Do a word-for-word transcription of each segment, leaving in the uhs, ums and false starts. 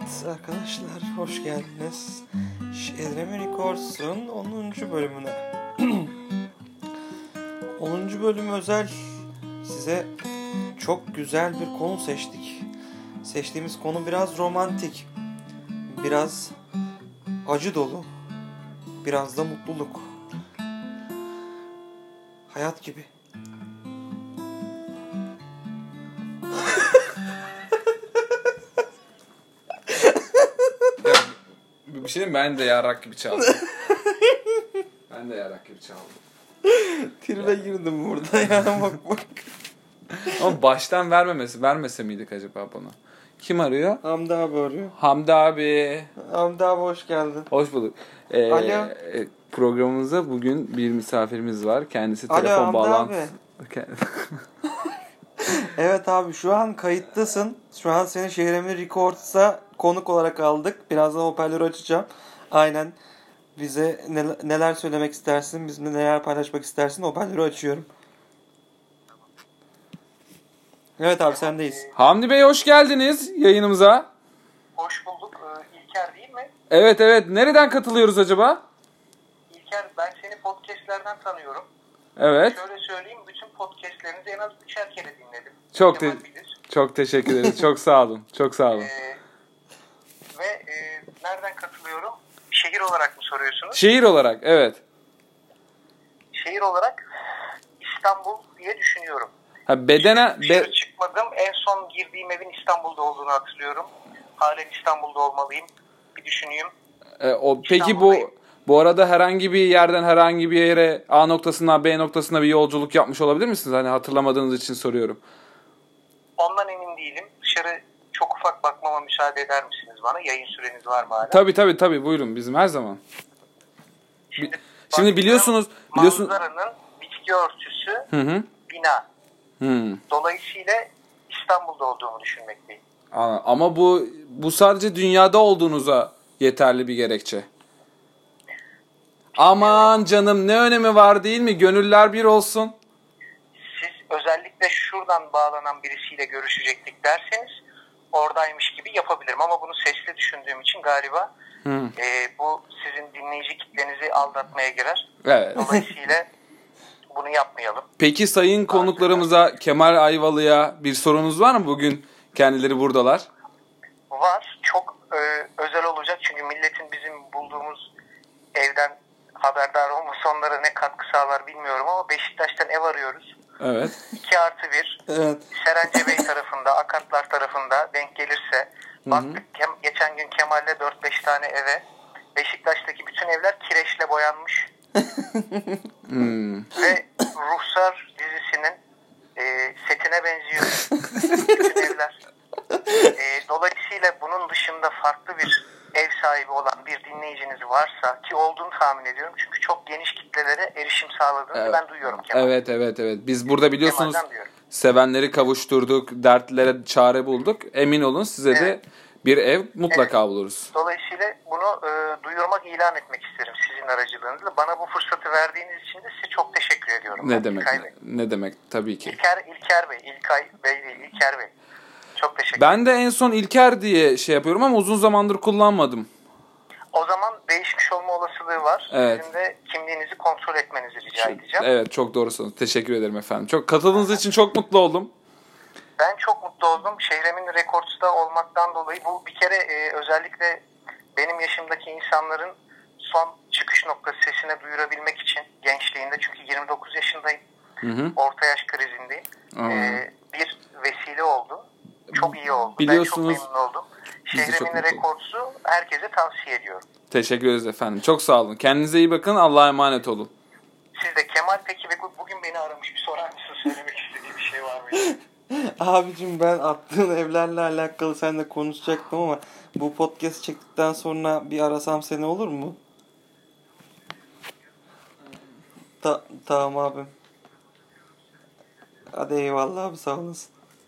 Evet arkadaşlar, hoş geldiniz. Şehremin Records'un onuncu bölümüne. onuncu bölüm özel. Size çok güzel bir konu seçtik. Seçtiğimiz konu biraz romantik, biraz acı dolu, biraz da mutluluk. Hayat gibi. Bir şey diyeyim, ben de yarak gibi çaldım. ben de yarak gibi çaldım. Tribe ya. Girdim burada ya, bak bak. Ama baştan vermemesi, vermese miydik acaba bunu? Kim arıyor? Hamdi abi arıyor. Hamdi abi. Hamdi abi hoş geldin. Hoş bulduk. Ee, Alo. Programımıza bugün bir misafirimiz var. Kendisi Alo, telefon Hamdi bağlantısı. Abi. Evet abi, şu an kayıttasın. Şu an seni Şehremin Records'a konuk olarak aldık. Birazdan hoparlörü açacağım. Aynen. Bize neler, neler söylemek istersin, bizimle neler paylaşmak istersin, hoparlörü açıyorum. Evet abi, sendeyiz. Hamdi Bey hoş geldiniz yayınımıza. Hoş bulduk. Ee, İlker değil mi? Evet evet. Nereden katılıyoruz acaba? İlker, ben seni podcastlerden tanıyorum. Evet. Şöyle söyleyeyim, bütün podcastlerinizi en az üçer kere dinledim. Çok te- çok teşekkür ederiz. Çok sağ olun. Çok sağ olun. Ee, ve e, nereden katılıyorum? Şehir olarak mı soruyorsunuz? Şehir olarak, evet. Şehir olarak İstanbul diye düşünüyorum. Ha, bedene Dışarı be- çıkmadım. En son girdiğim evin İstanbul'da olduğunu hatırlıyorum. Halen İstanbul'da olmalıyım. Bir düşüneyim. E, o peki bu bu arada herhangi bir yerden herhangi bir yere A noktasından B noktasına bir yolculuk yapmış olabilir misiniz? Hani hatırlamadığınız için soruyorum. Ondan emin değilim. Dışarı çok ufak bakmama müsaade eder misiniz bana? Yayın süreniz var mı hala? Tabii tabii tabii, buyurun, bizim her zaman. Şimdi, Şimdi biliyorsunuz biliyorsunuz manzaranın bitki örtüsü hı hı. bina. Hı. Dolayısıyla İstanbul'da olduğumu düşünmekteyim. Ama bu bu sadece dünyada olduğunuza yeterli bir gerekçe. Aman canım, ne önemi var değil mi? Gönüller bir olsun. Siz özellikle şuradan bağlanan birisiyle görüşecektik derseniz oradaymış gibi yapabilirim. Ama bunu sesli düşündüğüm için galiba e, bu sizin dinleyici kitlenizi aldatmaya girer. Evet. Dolayısıyla bunu yapmayalım. Peki sayın konuklarımıza, Kemal Ayvalı'ya bir sorunuz var mı bugün? Kendileri buradalar. Var. Çok e, özel olacak çünkü milletin bizim bulduğumuz evden haberdar olması onlara ne katkı sağlar bilmiyorum ama Beşiktaş'tan ev arıyoruz. Evet. iki artı bir. Evet. Serencebey tarafında, Akatlar tarafında denk gelirse. Baktık Kem- geçen gün Kemal'le dört beş tane eve. Beşiktaş'taki bütün evler kireçle boyanmış. hmm. Ve Ruhsar dizisinin e, setine benziyor bütün evler. E, dolayısıyla bunun dışında farklı bir ev sahibi olan bir dinleyiciniz varsa, ki olduğunu tahmin ediyorum çünkü çok geniş kitlelere erişim sağladığını Evet. ben duyuyorum Kemal. Evet evet evet. Biz burada biliyorsunuz Kemal'den sevenleri kavuşturduk, dertlilere çare bulduk. Emin olun size Evet. de bir ev mutlaka Evet. buluruz. Dolayısıyla bunu e, duyurmak, ilan etmek isterim sizin aracılığınızla. Bana bu fırsatı verdiğiniz için de size çok teşekkür ediyorum. Ne ben, demek? İlkay Bey. Ne demek? Tabii ki. İlker, İlker Bey, İlkay Bey değil, İlker Bey. Çok teşekkür Ben de en son İlker diye şey yapıyorum ama uzun zamandır kullanmadım. O zaman değişmiş olma olasılığı var. Evet. Sizin de kimliğinizi kontrol etmenizi rica edeceğim. Evet, çok doğrusunuz. Teşekkür ederim efendim. Çok katıldığınız için çok mutlu oldum. Ben çok mutlu oldum. Şehremin Records'ta olmaktan dolayı bu bir kere e, özellikle benim yaşımdaki insanların son çıkış noktası sesine duyurabilmek için gençliğinde, çünkü yirmi dokuz yaşındayım. Hı hı. Orta yaş krizindeyim. E, bir vesile oldu. Çok iyi oldu. Biliyorsunuz, ben çok memnun oldum. Şehremin Records'u herkese tavsiye ediyorum. Teşekkür ederiz efendim. Çok sağ olun. Kendinize iyi bakın. Allah'a emanet olun. Siz de. Kemal peki bugün beni aramış. Bir sorar mısın? Söylemek istediği bir şey var mı? Abicim, ben attığın evlerle alakalı seninle konuşacaktım ama bu podcast çektikten sonra bir arasam seni, olur mu? Ta- tamam abim. Hadi eyvallah abi, sağ olasın.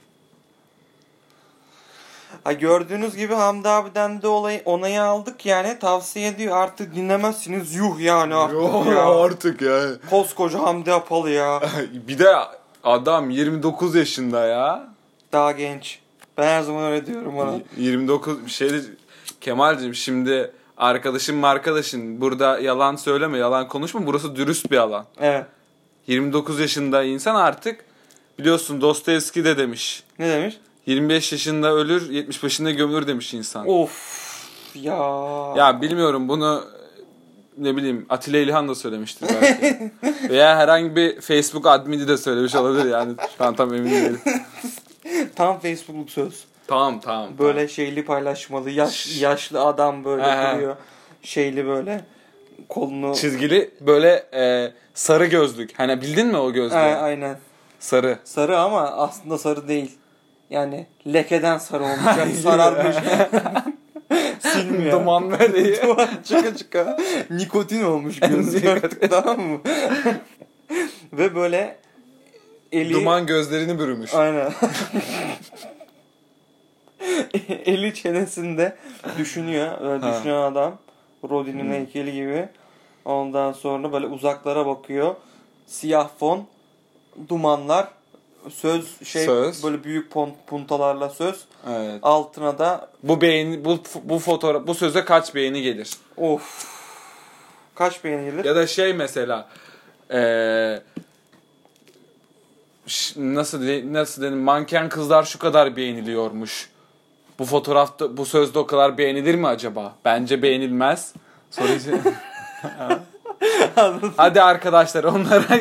Ha, gördüğünüz gibi Hamdi abiden de olayı, onayı aldık yani, tavsiye ediyor, artık dinlemezsiniz yuh yani artık Yo, ya. artık ya. Koskoca Hamdi Apalı ya. Bir de adam yirmi dokuz yaşında ya. Daha genç. Ben her zaman öyle diyorum ona. yirmi dokuz bir şeyde Kemal'cim şimdi arkadaşın arkadaşın burada yalan söyleme, yalan konuşma. Burası dürüst bir alan. Evet. yirmi dokuz yaşında insan artık biliyorsun Dostoyevski de demiş. Ne demiş? yirmi beş yaşında ölür, yetmiş başında gömülür demiş insan. Of ya. Ya bilmiyorum bunu ne bileyim Atilla İlhan da söylemiştir belki. Veya herhangi bir Facebook admini de söylemiş olabilir yani. Şu an tam emin değilim. Tam Facebook'luk söz. Tamam tamam. Böyle tamam. şeyli paylaşmalı. Yaş, yaşlı adam böyle Aha. duruyor. Şeyli böyle kolunu. Çizgili böyle e, sarı gözlük. Hani bildin mi o gözlüğü? A- aynen. Sarı. Sarı ama aslında sarı değil. Yani lekeden sarı olmuş. Yani sararmış. Silmiyor. Duman böyle. Duman çıka çıka. Nikotin olmuş gözü artık, tamam mı? Ve böyle eli... Duman gözlerini bürümüş. Aynen. Eli çenesinde düşünüyor. Öyle Ha. düşünen adam. Rodin'in heykeli gibi. Ondan sonra böyle uzaklara bakıyor. Siyah fon. Dumanlar. Söz şey Söz. böyle büyük pon, puntalarla söz. Evet. Altına da Bu beğeni bu bu fotoğraf bu söze kaç beğeni gelir? of. Kaç beğeni gelir? Ya da şey mesela eee ş- nasıl de, nasıl dedim manken kızlar şu kadar beğeniliyormuş. Bu fotoğrafta bu sözde o kadar beğenilir mi acaba? Bence beğenilmez. Soruyu Hadi arkadaşlar onlara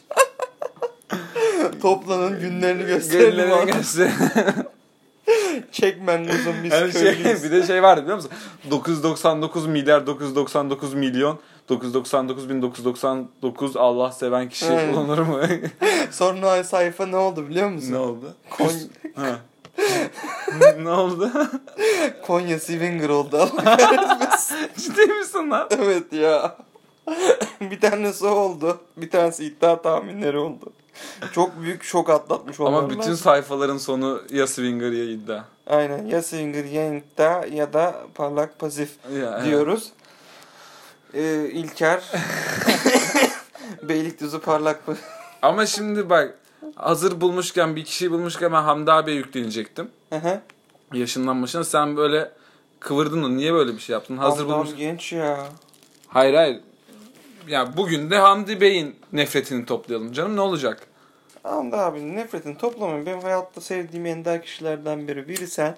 Toplanın günlerini gösterelim. gönüllerini abi. göster. Çekmen uzun biz Yani şey, köylüyüz. bir de şey vardı biliyor musun? dokuz yüz doksan dokuz milyar dokuz yüz doksan dokuz milyon dokuz yüz doksan dokuz bin dokuz yüz doksan dokuz Allah seven kişi Evet. bulunur mu? Sonra sayfa ne oldu biliyor musun? Ne oldu? Kon- Ha. Ne oldu? Konya Swinger oldu. Allah kahretmesin. Ciddi misin lan? Evet ya. Bir tanesi o oldu. Bir tanesi iddia tahminleri oldu. Çok büyük şok atlatmış olmalılar. Ama bütün sayfaların sonu ya Swinger ya iddia. Aynen. Ya Swinger ya iddia ya da parlak pasif Ya, diyoruz. Ee, İlker Beylikdüzü parlak pasif. Ama şimdi bak hazır bulmuşken bir kişiyi bulmuşken ben Hamdi abiye yüklenecektim. Hı hı. Yaşından başına sen böyle kıvırdın da niye böyle bir şey yaptın? Hazır Adam bulmuş. genç ya. Hayır hayır. Ya bugün de Hamdi Bey'in nefretini toplayalım canım ne olacak? Hamdi abinin nefretini toplamayın. Benim hayatta sevdiğim ender kişilerden biri. Biri sen.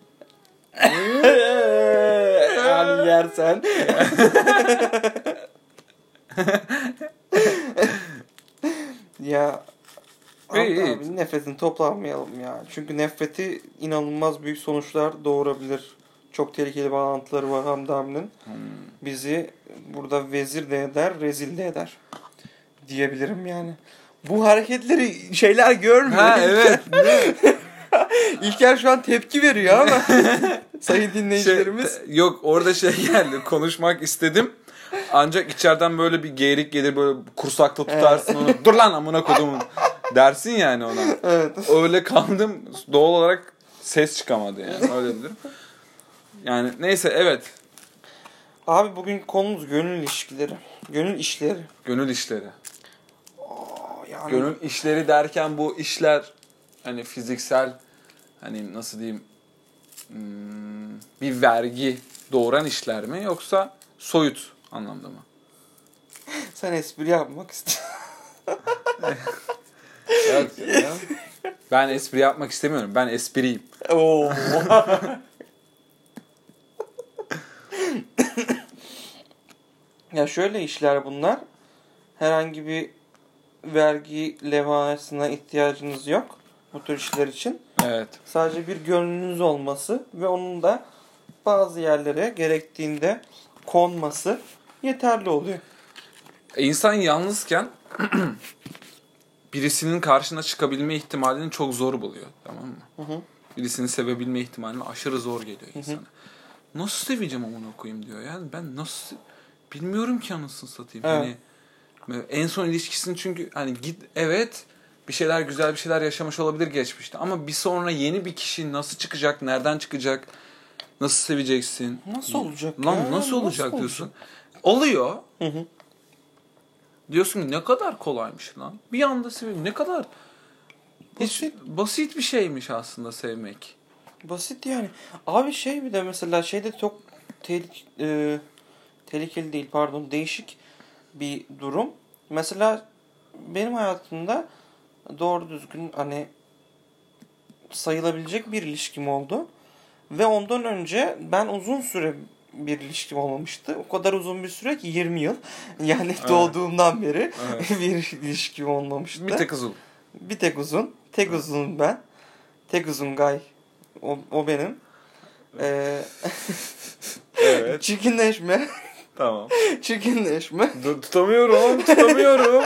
Yani yersen. Ya Hamdi İyi, iyi. abinin nefretini toplamayalım ya. Çünkü nefreti inanılmaz büyük sonuçlar doğurabilir. Çok tehlikeli bağlantıları var Hamdi abinin. Hmm. Bizi burada vezir de eder, rezil de eder. Diyebilirim yani. Bu hareketleri şeyler görmüyor. Ha evet. İlker şu an tepki veriyor ama sayın Şey, dinleyicilerimiz. te- yok orada şey geldi konuşmak istedim. Ancak içeriden böyle bir geğirik gelir böyle kursakta tutarsın onu. Dur lan amına kodumun dersin yani ona. Evet. Öyle kaldım doğal olarak ses çıkamadı yani öyle bilirim. Yani neyse evet. Abi bugün konumuz gönül ilişkileri. Gönül işleri. Gönül işleri. Aa, yani Gönül işleri derken bu işler hani fiziksel hani nasıl diyeyim hmm, bir vergi doğuran işler mi yoksa soyut anlamda mı? sen espri yapmak istiyorsun. Evet, ya. Ben espri yapmak istemiyorum. Ben espriyim. Oo. Ya şöyle işler bunlar. Herhangi bir vergi levhasına ihtiyacınız yok bu tür işler için. Evet. Sadece bir gönlünüz olması ve onun da bazı yerlere gerektiğinde konması yeterli oluyor. İnsan yalnızken birisinin karşına çıkabilme ihtimalini çok zor buluyor. Tamam mı? Hı hı. Birisini sevebilme ihtimalini aşırı zor geliyor insana. Nasıl seveceğim amına koyayım diyor. Yani ben nasıl bilmiyorum ki anasını satayım. Evet. Hani en son ilişkisini çünkü hani git evet bir şeyler güzel bir şeyler yaşamış olabilir geçmişte ama bir sonra yeni bir kişi nasıl çıkacak, nereden çıkacak, nasıl seveceksin? Nasıl olacak Lan ya? nasıl olacak Nasıl diyorsun. Oluyor. Hı hı. Diyorsun ki ne kadar kolaymış lan. Bir anda seviyorum. Ne kadar hiç Basit. basit bir şeymiş aslında sevmek. Basit yani. Abi şey bir de mesela şeyde çok tehlike, e, tehlikeli değil pardon değişik bir durum. Mesela benim hayatımda doğru düzgün hani sayılabilecek bir ilişkim oldu. Ve ondan önce ben uzun süre bir ilişkim olmamıştı. O kadar uzun bir süre ki yirmi yıl. Yani evet. Doğduğumdan beri evet. bir ilişkim olmamıştı. Bir tek uzun. Bir tek uzun. Tek evet. uzun ben. Tek uzun gay. O, o benim. Ee, evet. Çirkinleşme. Tamam. Çirkinleşme. Dur, tutamıyorum. Tutamıyorum.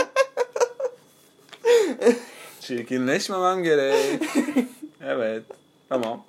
Çirkinleşmemem gerek. Evet. Tamam.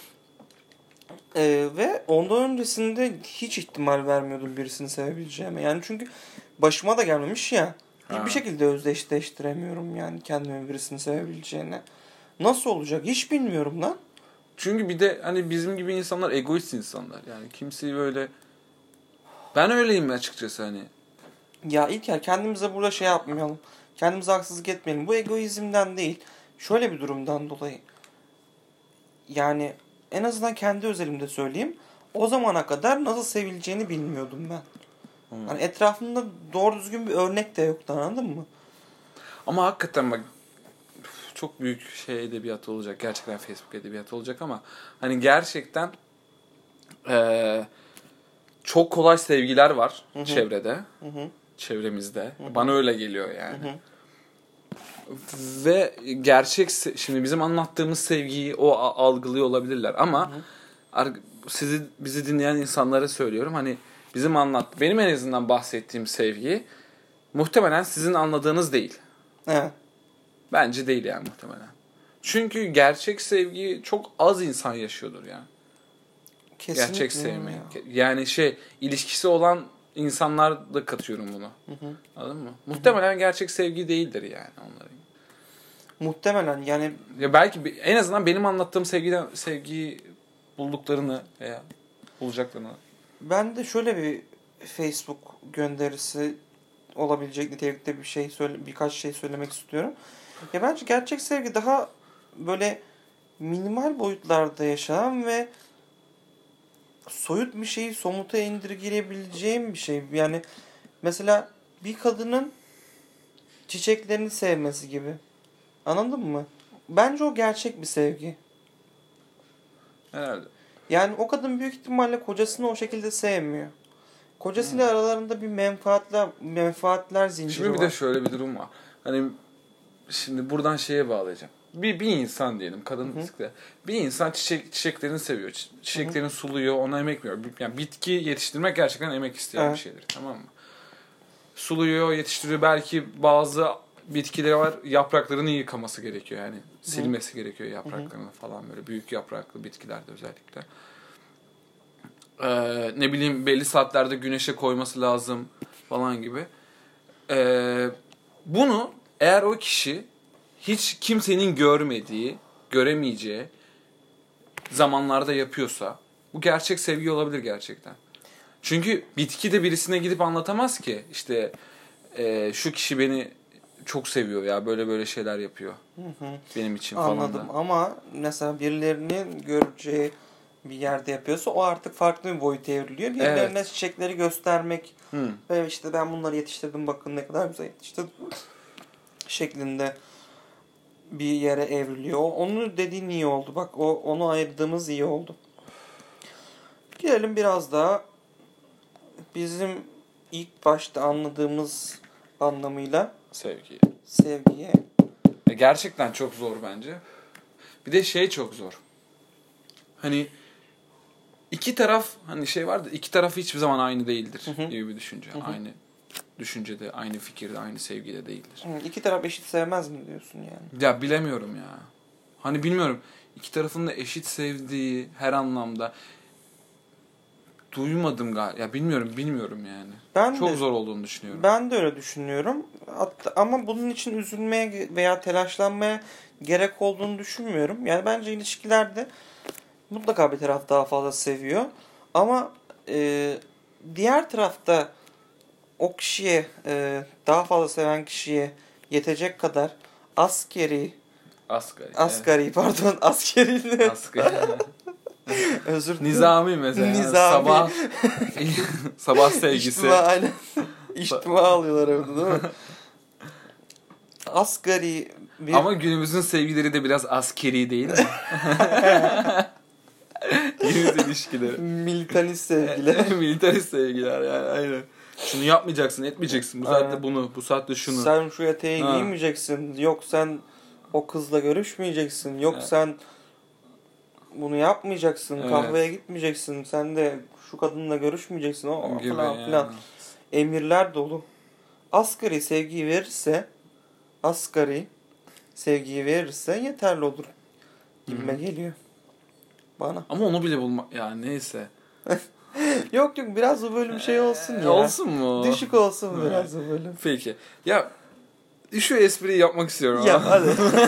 Ee, ve ondan öncesinde hiç ihtimal vermiyordum birisini sevebileceğime. Yani çünkü başıma da gelmemiş ya. Hiçbir ha. şekilde özdeşleştiremiyorum yani kendimi birisini sevebileceğine. Nasıl olacak hiç bilmiyorum lan. Çünkü bir de hani bizim gibi insanlar egoist insanlar. Yani kimseyi böyle... Ben öyleyim açıkçası hani. Ya İlker kendimize burada şey yapmayalım. Kendimize haksızlık etmeyelim. Bu egoizmden değil. Şöyle bir durumdan dolayı. Yani en azından kendi özelimde söyleyeyim. O zamana kadar nasıl sevileceğini bilmiyordum ben. Hmm. Hani etrafımda doğru düzgün bir örnek de yoktu, anladın mı? Ama hakikaten bak çok büyük şey edebiyatı olacak. Gerçekten Facebook edebiyatı olacak ama hani gerçekten ee, çok kolay sevgiler var Hı-hı. çevrede. Hı-hı. Çevremizde. Hı-hı. Bana öyle geliyor yani. Hı-hı. Ve gerçek şimdi bizim anlattığımız sevgiyi o algılıyor olabilirler ama Hı-hı. sizi bizi dinleyen insanlara söylüyorum hani bizim anlat benim en azından bahsettiğim sevgi muhtemelen sizin anladığınız değil. Evet. Bence değil yani muhtemelen. Çünkü gerçek sevgi çok az insan yaşıyordur yani. Kesinlikle gerçek sevme. Ya. Yani şey ilişkisi olan insanlar da katıyorum bunu. Hı hı. Anladın mı? Hı hı. Muhtemelen gerçek sevgi değildir yani onların. Muhtemelen yani ya belki en azından benim anlattığım sevgiden sevgiyi bulduklarını veya bulacaklarını. Ben de şöyle bir Facebook gönderisi olabilecek nitelikte bir şey söyle birkaç şey söylemek istiyorum. Ya bence gerçek sevgi daha böyle minimal boyutlarda yaşanan ve soyut bir şeyi somuta indirgeyebileceğim bir şey. Yani mesela bir kadının çiçeklerini sevmesi gibi. Anladın mı? Bence o gerçek bir sevgi. Herhalde. Yani o kadın büyük ihtimalle kocasını o şekilde sevmiyor. Kocasıyla hmm. aralarında bir menfaatler menfaatler zinciri şimdi var. Bir de şöyle bir durum var. Hani şimdi buradan şeye bağlayacağım. Bir bir insan diyelim, kadın de. Bir insan çiçek çiçeklerini seviyor. Çiçeklerini Hı-hı. suluyor, ona emek veriyor. Yani bitki yetiştirmek gerçekten emek isteyen evet. bir şeydir, tamam mı? Suluyor, yetiştiriyor. Belki bazı bitkileri var, yapraklarını yıkaması gerekiyor yani. Silmesi Hı-hı. gerekiyor yapraklarını Hı-hı. falan böyle büyük yapraklı bitkilerde özellikle. Ee, ne bileyim belli saatlerde güneşe koyması lazım falan gibi. Ee, bunu eğer o kişi hiç kimsenin görmediği, göremeyeceği zamanlarda yapıyorsa bu gerçek sevgi olabilir gerçekten. Çünkü bitki de birisine gidip anlatamaz ki işte e, şu kişi beni çok seviyor ya böyle böyle şeyler yapıyor hı hı. benim için falan. Anladım da. Ama mesela birilerinin göreceği bir yerde yapıyorsa o artık farklı bir boyuta evriliyor. Birilerine evet. çiçekleri göstermek Hı. ve işte ben bunları yetiştirdim bakın ne kadar güzel yetiştirdim şeklinde bir yere evriliyor. Onu dediğin iyi oldu. Bak o onu ayırdığımız iyi oldu. Gelelim biraz daha bizim ilk başta anladığımız anlamıyla sevgiye. Sevgiye. Gerçekten çok zor bence. Bir de şey çok zor. Hani iki taraf hani şey vardı iki taraf hiçbir zaman aynı değildir hı hı. gibi bir düşünce. Hı hı. Aynı düşüncede, aynı fikirde, aynı sevgide değildir. Hı, iki taraf eşit sevmez mi diyorsun yani? Ya bilemiyorum ya. Hani bilmiyorum. İki tarafın da eşit sevdiği her anlamda duymadım galiba. Ya bilmiyorum, bilmiyorum yani. Ben Çok de, zor olduğunu düşünüyorum. Ben de öyle düşünüyorum. Hatta, ama bunun için üzülmeye veya telaşlanmaya gerek olduğunu düşünmüyorum. Yani bence ilişkilerde mutlaka bir taraf daha fazla seviyor. Ama e, diğer tarafta o kişiye, e, daha fazla seven kişiye yetecek kadar askeri Asgari. Asgari pardon askeri. Evet. Asgari. Özür dilerim. Nizami mesela. Nizami. Sabah sabah sevgisi. İçtima aynen. İçtima alıyorlar evde değil mi? Asgari bir... Ama günümüzün sevgileri de biraz askeri değil mi? Günümüz ilişkileri. Militarist sevgiler. Militarist sevgiler yani aynen. Şunu yapmayacaksın, etmeyeceksin. Bu saatte Aynen. bunu, bu saatte şunu. Sen şu eteği Ha. giymeyeceksin. Yok sen o kızla görüşmeyeceksin. Yok Evet. sen bunu yapmayacaksın. Evet. Kahveye gitmeyeceksin. Sen de şu kadınla görüşmeyeceksin. O Gibi falan yani. filan. Emirler dolu. Asgari sevgiyi verirse asgari sevgiyi verirse yeterli olur gibime geliyor. Bana. Ama onu bile bulma yani neyse. Yok yok biraz bu bölüm şey olsun ya. Olsun mu? Düşük olsun biraz bu bölüm. Peki. Ya şu espriyi yapmak istiyorum. Yap ama. hadi.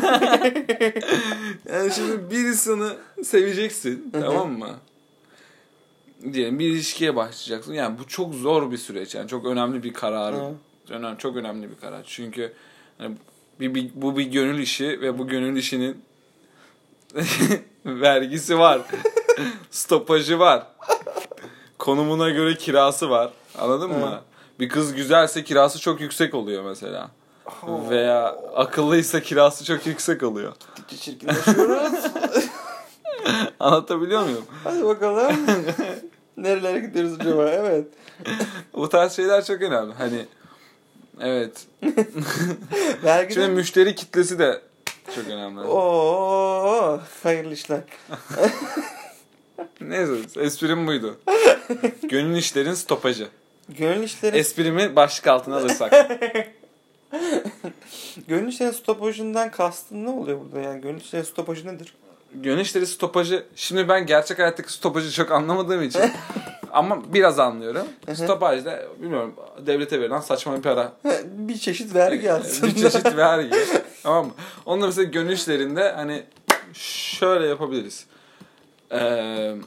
Yani şimdi bir insanı seveceksin, tamam mı? Diyelim bir ilişkiye başlayacaksın. Yani bu çok zor bir süreç. Yani çok önemli bir karar. Hı. Önemli, çok önemli bir karar. Çünkü hani bir, bir, bu bir gönül işi ve bu gönül işinin vergisi var. Stopajı var. Konumuna göre kirası var. Anladın Evet. mı? Bir kız güzelse kirası çok yüksek oluyor mesela. Veya akıllıysa kirası çok yüksek oluyor. Gittikçe çirkinleşiyoruz. Anlatabiliyor muyum? Hadi bakalım. Nerelere gidiyoruz acaba? Evet. Bu tarz şeyler çok önemli. Hani evet. Vergi Şimdi müşteri kitlesi de çok önemli. Oo, hayırlı işler. Neyse esprim buydu. Gönül işlerin stopajı. Gönül işleri Esprimi başlık altına alırsak. Gönül işlerin stopajından kastın ne oluyor burada yani? Gönül işlerin stopajı nedir? Gönül işleri stopajı. Şimdi ben gerçek hayattaki stopajı çok anlamadığım için ama biraz anlıyorum. Stopaj da bilmiyorum devlete verilen saçma bir para. Bir çeşit vergi aslında. Bir çeşit vergi. Tamam mı? Onunla mesela gönül işlerinde hani şöyle yapabiliriz. Eee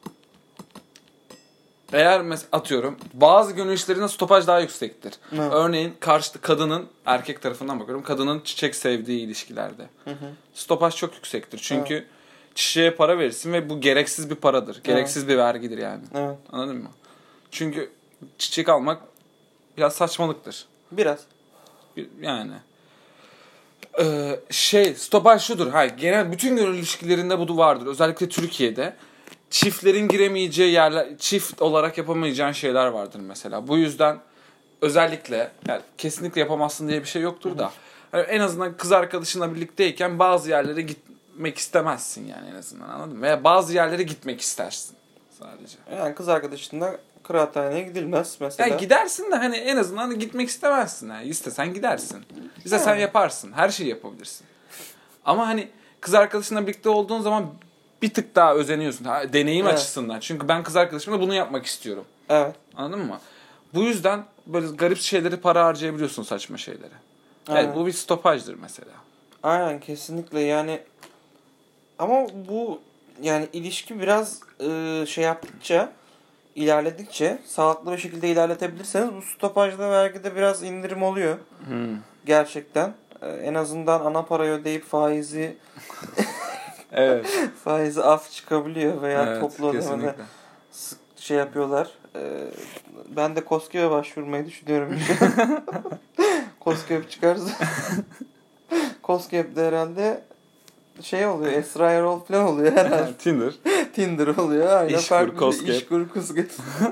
Eğer mes- atıyorum bazı gönül işlerinde stopaj daha yüksektir. Hı. Örneğin karşı kadının erkek tarafından bakıyorum. Kadının çiçek sevdiği ilişkilerde. Hı hı. Stopaj çok yüksektir. Çünkü çiçeğe para verirsin ve bu gereksiz bir paradır. Gereksiz bir vergidir yani. Evet. Anladın mı? Çünkü çiçek almak biraz saçmalıktır. Biraz. Bir- Yani Ee, şey stopaj şudur. Hayır, genel bütün gönül ilişkilerinde bu vardır. Özellikle Türkiye'de çiftlerin giremeyeceği yerler, çift olarak yapamayacağın şeyler vardır mesela. Bu yüzden özellikle yani kesinlikle yapamazsın diye bir şey yoktur da yani en azından kız arkadaşınla birlikteyken bazı yerlere gitmek istemezsin yani en azından, anladın mı? Veya bazı yerlere gitmek istersin sadece. Yani kız arkadaşınla kıraathaneye gidilmez mesela. Yani gidersin de hani en azından gitmek istemezsin. Yani istesen gidersin. İstesen Yani. yaparsın. Her şeyi yapabilirsin. Ama hani kız arkadaşınla birlikte olduğun zaman bir tık daha özeniyorsun. Ha, deneyim Evet. açısından. Çünkü ben kız arkadaşımla bunu yapmak istiyorum. Evet. Anladın mı? Bu yüzden böyle garip şeyleri para harcayabiliyorsun, saçma şeylere. Evet, Aynen. bu bir stopajdır mesela. Aynen kesinlikle yani ama bu yani ilişki biraz e, şey yaptıkça ilerledikçe sağlıklı bir şekilde ilerletebilirseniz bu stopajda vergide biraz indirim oluyor. Hmm. Gerçekten. E, en azından ana parayı ödeyip faizi Evet. faizi af çıkabiliyor veya evet, toplu ödemede kesinlikle. sık şey yapıyorlar. E, ben de KOSGEB'e başvurmayı düşünüyorum. KOSGEB çıkarsa KOSGEB'de herhalde şey oluyor, Esra Erol falan oluyor herhalde. Tinder. Tinder oluyor. Aynen. İşkur, Farklı bir KOSGEB. İşkur, KOSGEB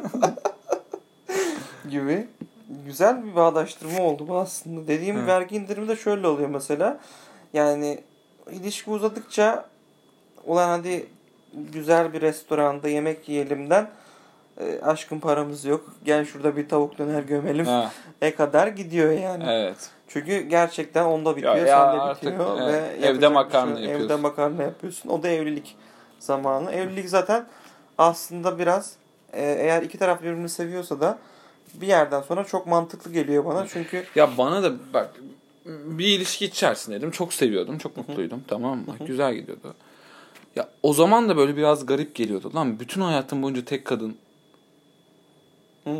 gibi. Güzel bir bağdaştırma oldu bu aslında. Dediğim Evet. vergi indirimi de şöyle oluyor mesela. Yani ilişki uzadıkça ulan hadi güzel bir restoranda yemek yiyelimden e, aşkın paramız yok. Gel şurada bir tavuk döner gömelim. Ha, E kadar gidiyor yani. evet. Çünkü gerçekten onda bitiyor, Ya- ya sende artık, bitiyor evet, ve evde yapacak bir makarna şey yok. yapıyorsun. Evde makarna yapıyorsun. O da evlilik zamanı. Evlilik zaten aslında biraz e, eğer iki taraf birbirini seviyorsa da bir yerden sonra çok mantıklı geliyor bana. Çünkü Ya bana da bak bir ilişki içerisindeydim. Çok seviyordum. Çok mutluydum. Tamam mı? Güzel gidiyordu. Ya o zaman da böyle biraz garip geliyordu. Lan bütün hayatım boyunca tek kadın. hı,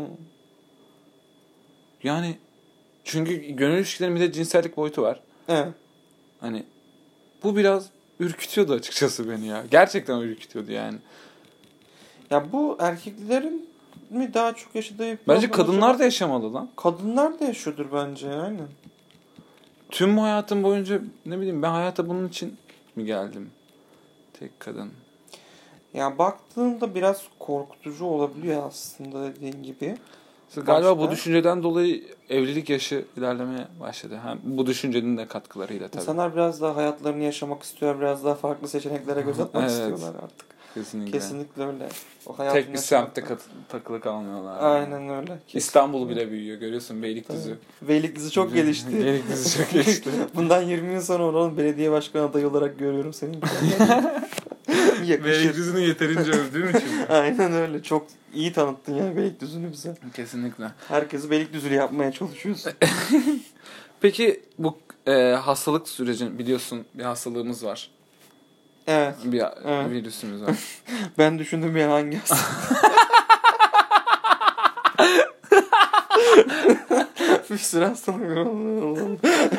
Yani çünkü gönül ilişkilerin bir de cinsellik boyutu var. evet. Hani Bu biraz ürkütüyordu açıkçası beni ya. Gerçekten ürkütüyordu yani. Ya bu erkeklerin mi daha çok yaşadığı bir Bence problem kadınlar acaba? da yaşamalı lan. Kadınlar da yaşıyordur bence yani. Tüm hayatım boyunca ne bileyim ben hayata bunun için mi geldim? Tek kadın. Ya baktığında biraz korkutucu olabiliyor aslında dediğin gibi. Galiba Başka? bu düşünceden dolayı evlilik yaşı ilerlemeye başladı. Hem bu düşüncenin de katkılarıyla tabii. İnsanlar biraz daha hayatlarını yaşamak istiyor. Biraz daha farklı seçeneklere göz atmak Evet. istiyorlar artık. Kesinlikle. Kesinlikle öyle. O hayatını Tek bir yaşamak- semtte kat- takılı kalmıyorlar. Aynen öyle. Kesinlikle. İstanbul bile büyüyor görüyorsun Beylikdüzü. Beylikdüzü çok gelişti. Beylikdüzü çok gelişti. Bundan yirmi yıl sonra onun belediye başkanı adayı olarak görüyorum senin. Yakışır. Beylikdüzü'nü yeterince övdüğüm için. Aynen öyle. Çok iyi tanıttın ya Beylikdüzü'nü bize. Kesinlikle. Herkesi Beylikdüzülü yapmaya çalışıyorsun. Peki bu e, hastalık sürecini biliyorsun bir hastalığımız var. Evet. Bir Evet. virüsümüz var. Ben düşündüm ya hangi hastalık. Bir sürü hastalık var.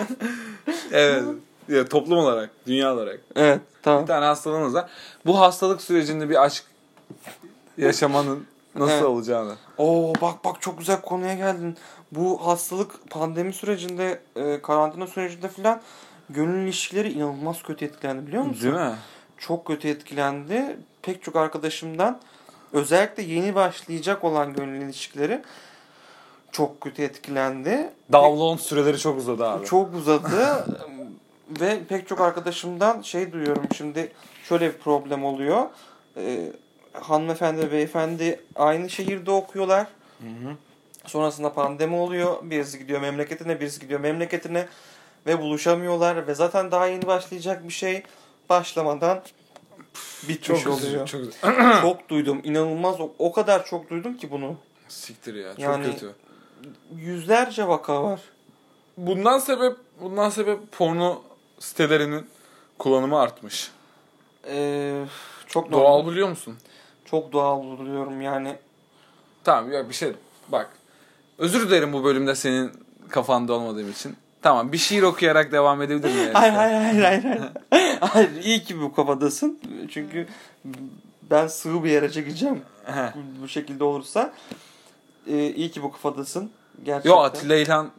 Evet. Ya, toplum olarak, dünya olarak. Evet. Tamam. Bir tane hastalığımız var. Bu hastalık sürecinde bir aşk yaşamanın nasıl Evet. olacağını. Oo bak bak çok güzel konuya geldin. Bu hastalık pandemi sürecinde, e, karantina sürecinde filan gönül ilişkileri inanılmaz kötü etkilendi biliyor musun? Değil mi? Çok kötü etkilendi. Pek çok arkadaşımdan özellikle yeni başlayacak olan gönül ilişkileri çok kötü etkilendi. Download süreleri çok uzadı abi. Çok uzadı ve pek çok arkadaşımdan şey duyuyorum şimdi şöyle bir problem oluyor. Ee, hanımefendi ve beyefendi aynı şehirde okuyorlar. Hı hı. Sonrasında pandemi oluyor. Birisi gidiyor memleketine, birisi gidiyor memleketine ve buluşamıyorlar ve zaten daha yeni başlayacak bir şey başlamadan bitmiş Çok üzücü, oluyor. çok üzücü. Çok duydum. İnanılmaz. O, o kadar çok duydum ki bunu. Siktir ya, çok Yani- kötü. Yüzlerce vaka var. Bundan sebep bundan sebep porno sitelerinin kullanımı artmış. Ee, çok normal. Doğal biliyor musun? Çok doğal buluyorum yani. Tamam ya bir şey bak. Özür dilerim bu bölümde senin kafanda olmadığım için. Tamam bir şiir okuyarak devam edebilir miyim? Hayır hayır hayır hayır. Hayır, hayır iyi ki bu kafadasın. Çünkü ben sığ bir yere çekeceğim. bu, bu şekilde olursa. Ee, iyi ki bu kafadasın. Gerçekten. Yo Atilla İlhan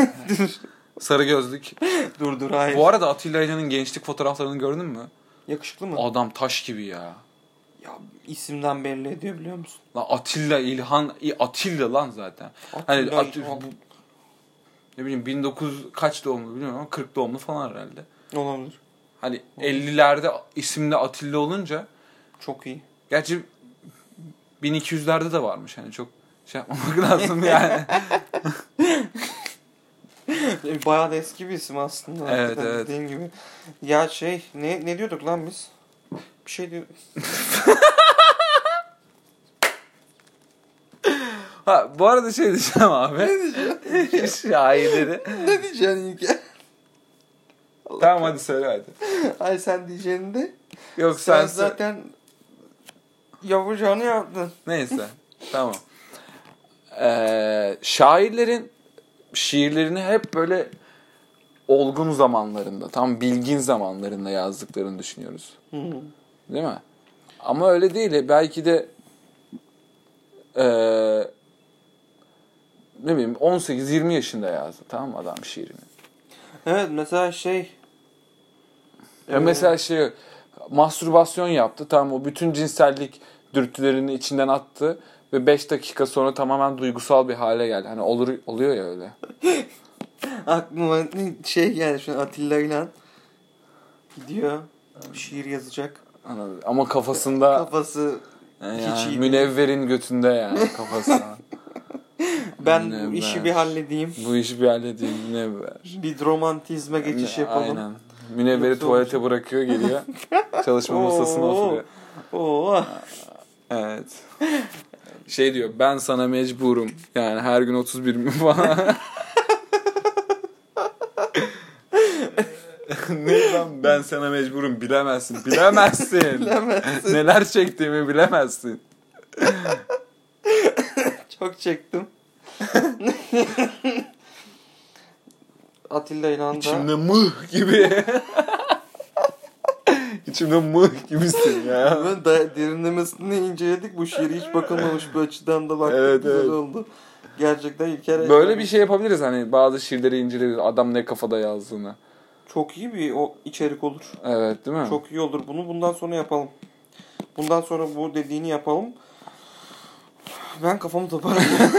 sarı gözlük. Dur dur hayır. Bu arada Atilla İlhan'ın gençlik fotoğraflarını gördün mü? Yakışıklı mı? Adam taş gibi ya. Ya isimden belli ediyor biliyor musun? Lan Atilla İlhan Atilla lan zaten. Hani Atilla At- İlhan. bu, ne bileyim bin dokuz yüz kaç doğumlu bilmiyorum ama kırk doğumlu falan herhalde. Olabilir. Hani ellilerde isimli Atilla olunca Çok iyi. gerçi bin iki yüzlerde de varmış hani çok şey yapmamak lazım yani. Bayağı da eski bir isim aslında. Evet, Hakikaten evet. dediğin gibi. Ya şey ne ne diyorduk lan biz? Bir şey diyor. Ha bu arada şey diyeceğim abi. Ne diyeceğim? Şairleri. Ne diyeceksin ilk? Tamam hadi söyle hadi. Ay sen diyeceğini de. Yok Sen, sen, zaten yapacağını yaptın. Neyse. Tamam. Ee, şairlerin şiirlerini hep böyle olgun zamanlarında, tam bilgin zamanlarında yazdıklarını düşünüyoruz. Hı. Değil mi? Ama öyle değil. Belki de ee, ne bileyim on sekiz yirmi yaşında yazdı. Tamam mı adam şiirini? Evet mesela şey. Ya e, mesela şey mastürbasyon yaptı. Tamam o bütün cinsellik dürtülerini içinden attı ve beş dakika sonra tamamen duygusal bir hale geldi. Hani olur oluyor ya öyle. Aklıma şey geldi şu an Atilla İlhan gidiyor şiir yazacak. Anladın. Ama kafasında Kafası yani hiç iyi değil. münevverin götünde yani kafası. Ben bu Münevver. işi bir halledeyim. Bu işi bir halledeyim münevver. Bir romantizme geçiş yapalım. Aynen. Münevveri Yoksa tuvalete olacak. bırakıyor geliyor. Çalışma masasına Oo. oturuyor. Oo. Evet. Şey diyor ben sana mecburum. Yani her gün otuz bir mi falan. Ne lan ben sana mecburum bilemezsin. Bilemezsin. Bilemezsin. Neler çektiğimi bilemezsin. Çok çektim. Atilla İlhan da İçimde mıh gibi. İçimde mıh gibisin ya. Ben da derinlemesine inceledik. Bu şiiri hiç bakılmamış bir açıdan da baktık. Evet, Güzel evet. oldu. Gerçekten İlker Böyle bir şey yapabiliriz hani bazı şiirleri inceleyebiliriz. Adam ne kafada yazdığını. Çok iyi bir o içerik olur. Evet değil mi? Çok iyi olur. Bunu bundan sonra yapalım. Bundan sonra bu dediğini yapalım. Ben kafamı toparlayayım.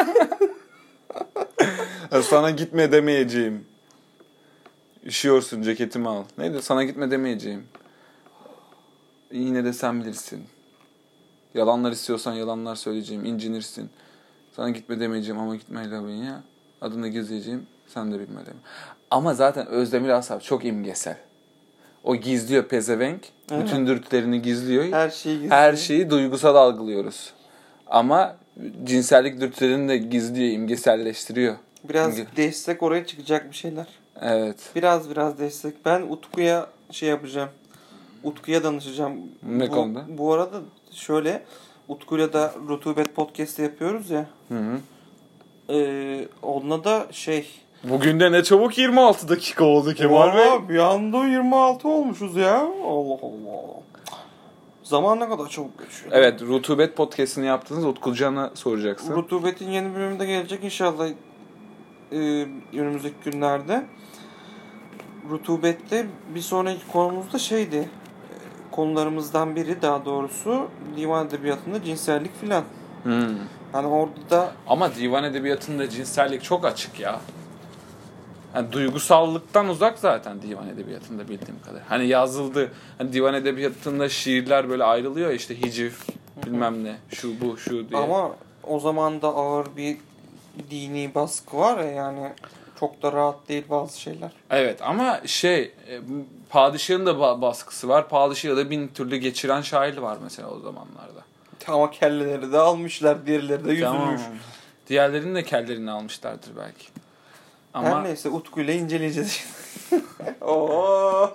Sana gitme demeyeceğim. Üşüyorsun, ceketimi al. Neydi? Sana gitme demeyeceğim. Yine de sen bilirsin. Yalanlar istiyorsan yalanlar söyleyeceğim. İncinirsin. Sana gitme demeyeceğim ama gitmeyle beni ya. Adını gizleyeceğim. Sen de bilme deme. Ama zaten Özdemir Asaf çok imgesel. O gizliyor pezevenk. Evet. Bütün dürtülerini gizliyor. Her şeyi gizliyor. Her şeyi duygusal algılıyoruz. Ama cinsellik dürtülerini de gizliyor, imgeselleştiriyor. Biraz İmge- destek oraya çıkacak bir şeyler. Evet. Biraz biraz destek. Ben Utku'ya şey yapacağım. Utku'ya danışacağım. Ne bu, konuda? Bu arada şöyle Utku'yla da Rutubet Podcast'ı yapıyoruz ya. Hı hı. Ee, onunla da şey... Bugün de ne çabuk yirmi altı dakika oldu Kemal Bey. Valla bir anda yirmi altı olmuşuz ya. Allah Allah. Zaman ne kadar çabuk geçiyor. Evet, Rutubet Podcast'ını yaptınız. Utkucan'a soracaksın. Rutubet'in yeni bölümünde gelecek inşallah e, önümüzdeki günlerde. Rutubet'te bir sonraki konumuz da şeydi. E, konularımızdan biri daha doğrusu divan edebiyatında cinsellik filan. Hmm. Yani orada da Ama divan edebiyatında cinsellik çok açık ya. Yani duygusallıktan uzak zaten divan edebiyatında bildiğim kadar. Hani yazıldı. Hani divan edebiyatında şiirler böyle ayrılıyor ya işte hicif bilmem ne şu bu şu diye. ama o zaman da ağır bir dini baskı var ya yani çok da rahat değil bazı şeyler. Evet ama şey e, padişahın da ba- baskısı var. Padişahı da bin türlü geçiren şair var mesela o zamanlarda. Ama kelleleri de almışlar, diğerleri de yüzülmüş. Tamam. Diğerlerinin de kellerini almışlardır belki. Ama Her neyse Utku ile inceleyeceğiz. Oo.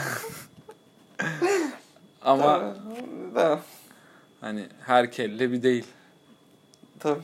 ama Tamam. hani her kelle bir değil. Tabii.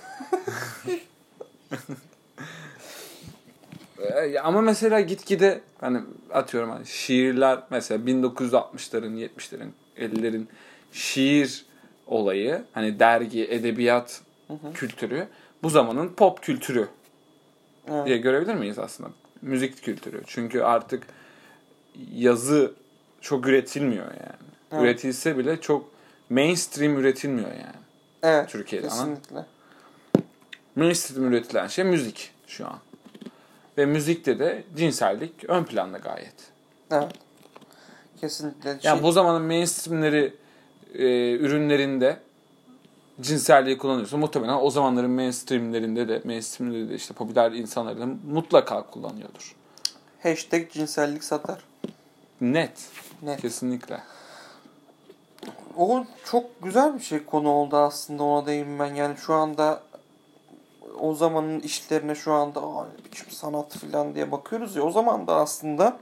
Ee, Ama mesela gitgide hani atıyorum hani şiirler mesela bin dokuz yüz altmışların, yetmişlerin, ellilerin şiir olayı hani dergi, edebiyat Hı hı. kültürü bu zamanın pop kültürü Evet. diye görebilir miyiz aslında? Müzik kültürü. Çünkü artık yazı çok üretilmiyor yani. Evet. Üretilse bile çok mainstream üretilmiyor yani Evet. Türkiye'de. Ama Kesinlikle. mainstream üretilen şey müzik şu an. Ve müzikte de cinsellik ön planda gayet. Evet. Kesinlikle. Yani Şey- bu zamanın mainstreamleri e, ürünlerinde cinselliği kullanıyorsa muhtemelen o zamanların mainstreamlerinde de mainstreamlerinde de işte popüler insanlar da mutlaka kullanıyordur. Hashtag cinsellik satar. Net. Net. Kesinlikle. O çok güzel bir şey konu oldu aslında ona değinmen. Yani şu anda o zamanın işlerine şu anda "Aa, ne biçim sanat filan diye bakıyoruz ya. O zaman da aslında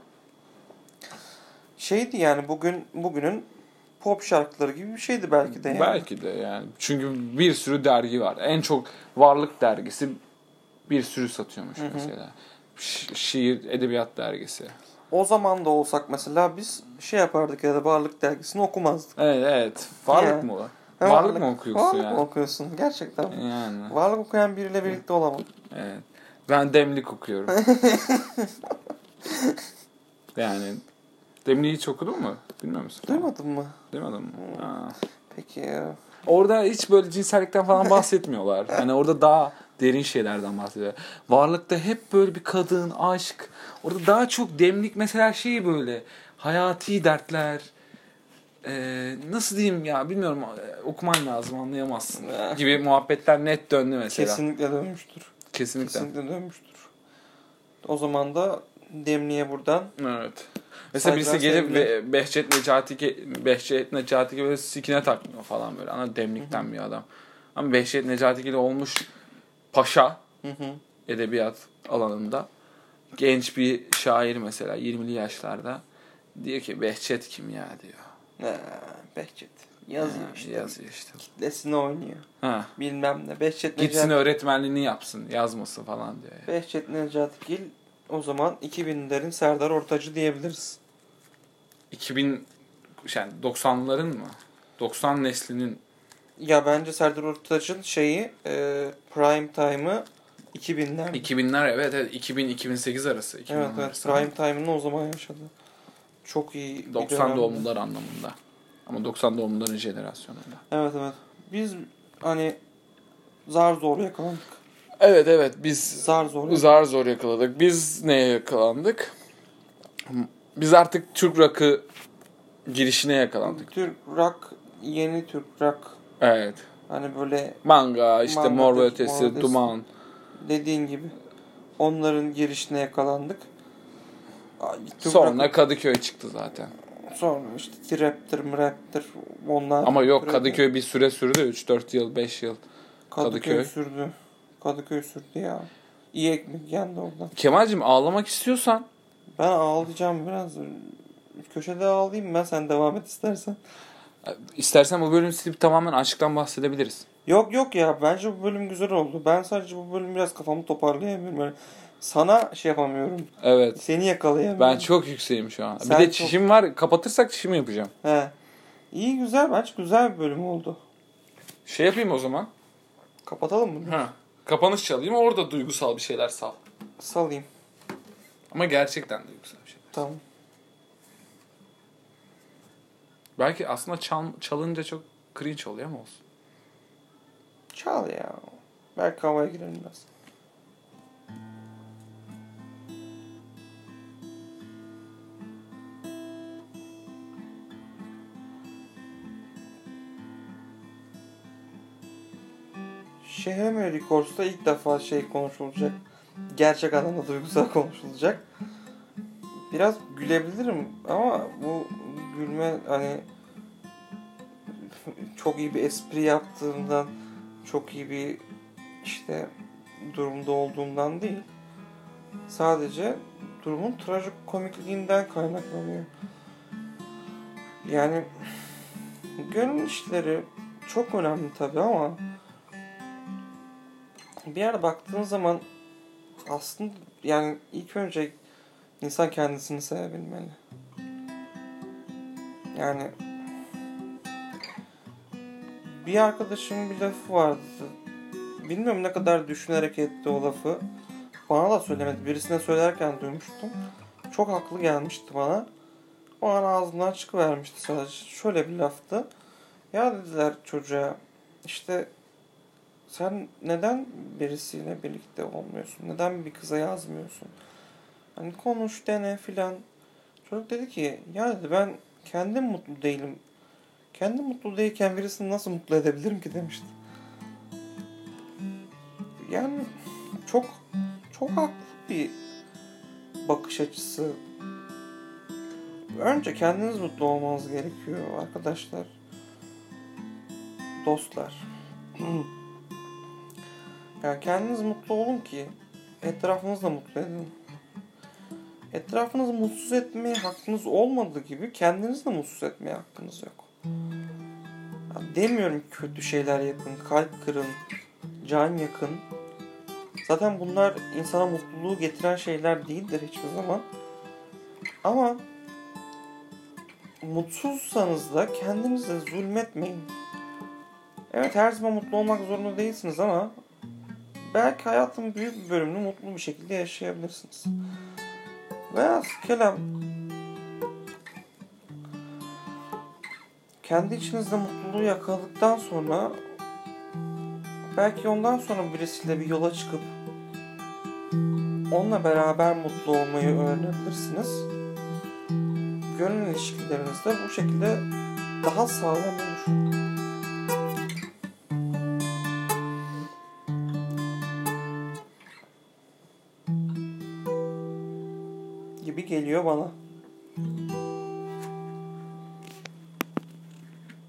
şeydi yani bugün bugünün pop şarkıları gibi bir şeydi belki de yani. Belki de yani. Çünkü bir sürü dergi var. En çok Varlık dergisi bir sürü satıyormuş Hı hı. mesela. Ş- şiir, edebiyat dergisi. O zaman da olsak mesela biz şey yapardık ya da Varlık dergisini okumazdık. Evet, evet. Varlık Yani. mı o? Ha, Varlık mı okuyorsun Varlık yani? mı okuyorsun? Gerçekten. Yani. Varlık okuyan biriyle birlikte olamam. Evet. Ben demlik okuyorum. Yani demliği hiç okudun mu? Bilmiyor musun? Duymadın mı? Duymadın mı? Ha. Peki ya. Orada hiç böyle cinsellikten falan bahsetmiyorlar. Hani orada daha derin şeylerden bahsediyor. Varlıkta hep böyle bir kadın, aşk. Orada daha çok demlik mesela şey böyle hayati dertler. Ee, nasıl diyeyim ya bilmiyorum okuman lazım anlayamazsın gibi muhabbetler net döndü mesela. Kesinlikle dönmüştür. Kesinlikle. Kesinlikle dönmüştür. O zaman da Demli'ye buradan Evet. Mesela birisi saygılar, gelip sevgiler. ve Behçet Necati Behçet Necati böyle sikine takmıyor falan böyle. Ana demlikten bir adam. Ama Behçet Necati olmuş paşa Hı hı. edebiyat alanında. Genç bir şair mesela yirmili yaşlarda diyor ki Behçet kim ya diyor. Ha, Behçet. Yazıyor Ha, işte. Yazıyor işte. Kitlesini oynuyor. Ha. Bilmem ne. Behçet Gitsin Necati. öğretmenliğini yapsın, yazmasın falan diyor. Yani. Behçet Necati Gil o zaman iki binlerin Serdar Ortaç'ı diyebiliriz. iki bin yani doksanların mı? doksan neslinin Ya bence Serdar Ortaç'ın şeyi e, prime time'ı iki binler. iki binler evet evet iki bin iki bin sekiz arası. Evet evet arası. prime time'ını o zaman yaşadı. Çok iyi bir doksan dönemdi. doğumlular anlamında. Ama doksan doğumluların jenerasyonunda. Evet evet. Biz hani zar zor yakalandık. Evet evet biz Zar zor yakaladık. zar zor yakaladık. Biz neye yakalandık? Biz artık Türk rock'ı girişine yakalandık. Türk rock, yeni Türk rock. Evet. Hani böyle Manga, işte Mangadır, Mor ve Ötesi, Mor ve Ötesi. Duman. dediğin gibi onların girişine yakalandık. Türk Sonra rock- Kadıköy çıktı zaten. Sonra işte trap'tir, mrap'tir onlar. Ama yok türedi. Kadıköy bir süre sürdü. üç dört yıl, beş yıl. Kadıköy, Kadıköy. sürdü. Kadıköy sürdü ya. İyi ekmek yendi oradan. Kemal'cim ağlamak istiyorsan Ben ağlayacağım biraz. Köşede ağlayayım ben, sen devam et istersen. istersen bu bölümü silip tamamen aşktan bahsedebiliriz. Yok yok ya, bence bu bölüm güzel oldu. Ben sadece bu bölüm biraz kafamı toparlayamıyorum. Yani sana şey yapamıyorum. Evet. Seni yakalayamıyorum. Ben çok yükseğim şu an. Sen bir de çok- çişim var. Kapatırsak çişimi yapacağım. He. İyi güzel, bence güzel bir bölüm oldu. Şey yapayım o zaman. Kapatalım mı? Ha. Kapanış çalayım. Orada duygusal bir şeyler sal. Salayım. Ama gerçekten duygusal bir şeyler. Tamam. Belki aslında çal, çalınca çok cringe oluyor ama olsun. Çal ya. Belki havaya girelim biraz. Şehre Records'ta ilk defa şey konuşulacak. Gerçek anlamda duygusal konuşulacak. Biraz gülebilirim ama bu gülme hani çok iyi bir espri yaptığımdan, çok iyi bir işte durumda olduğumdan değil. Sadece durumun trajikomikliğinden kaynaklanıyor. Yani gönül işleri çok önemli tabii ama bir yere baktığın zaman aslında yani ilk önce insan kendisini sevebilmeli. Yani bir arkadaşımın bir lafı vardı. Bilmiyorum ne kadar düşünerek etti o lafı. Bana da söylemedi. Birisine söylerken duymuştum. Çok haklı gelmişti bana. O an ağzımdan çıkıvermişti sadece. Şöyle bir laftı. Ya dediler çocuğa, işte sen neden birisiyle birlikte olmuyorsun? Neden bir kıza yazmıyorsun? Hani konuş, dene filan. Çocuk dedi ki, ya dedi, ben kendim mutlu değilim. Kendim mutlu değilken birisini nasıl mutlu edebilirim ki demişti. Yani çok çok haklı bir bakış açısı. Önce kendiniz mutlu olmanız gerekiyor arkadaşlar. Dostlar. Yani kendiniz mutlu olun ki etrafınızı da mutlu edin. Etrafınızı mutsuz etmeye hakkınız olmadığı gibi kendinizi de mutsuz etmeye hakkınız yok. Yani demiyorum kötü şeyler yapın, kalp kırın, can yakın. Zaten bunlar insana mutluluğu getiren şeyler değildir hiçbir zaman. Ama mutsuzsanız da kendinize zulmetmeyin. Evet, her zaman mutlu olmak zorunda değilsiniz ama belki hayatın büyük bir bölümünü mutlu bir şekilde yaşayabilirsiniz. Veya kelam kendi içinizde mutluluğu yakaladıktan sonra belki ondan sonra birisiyle bir yola çıkıp onunla beraber mutlu olmayı öğrenebilirsiniz. Gönül ilişkileriniz de bu şekilde daha sağlam olur. Gibi geliyor bana.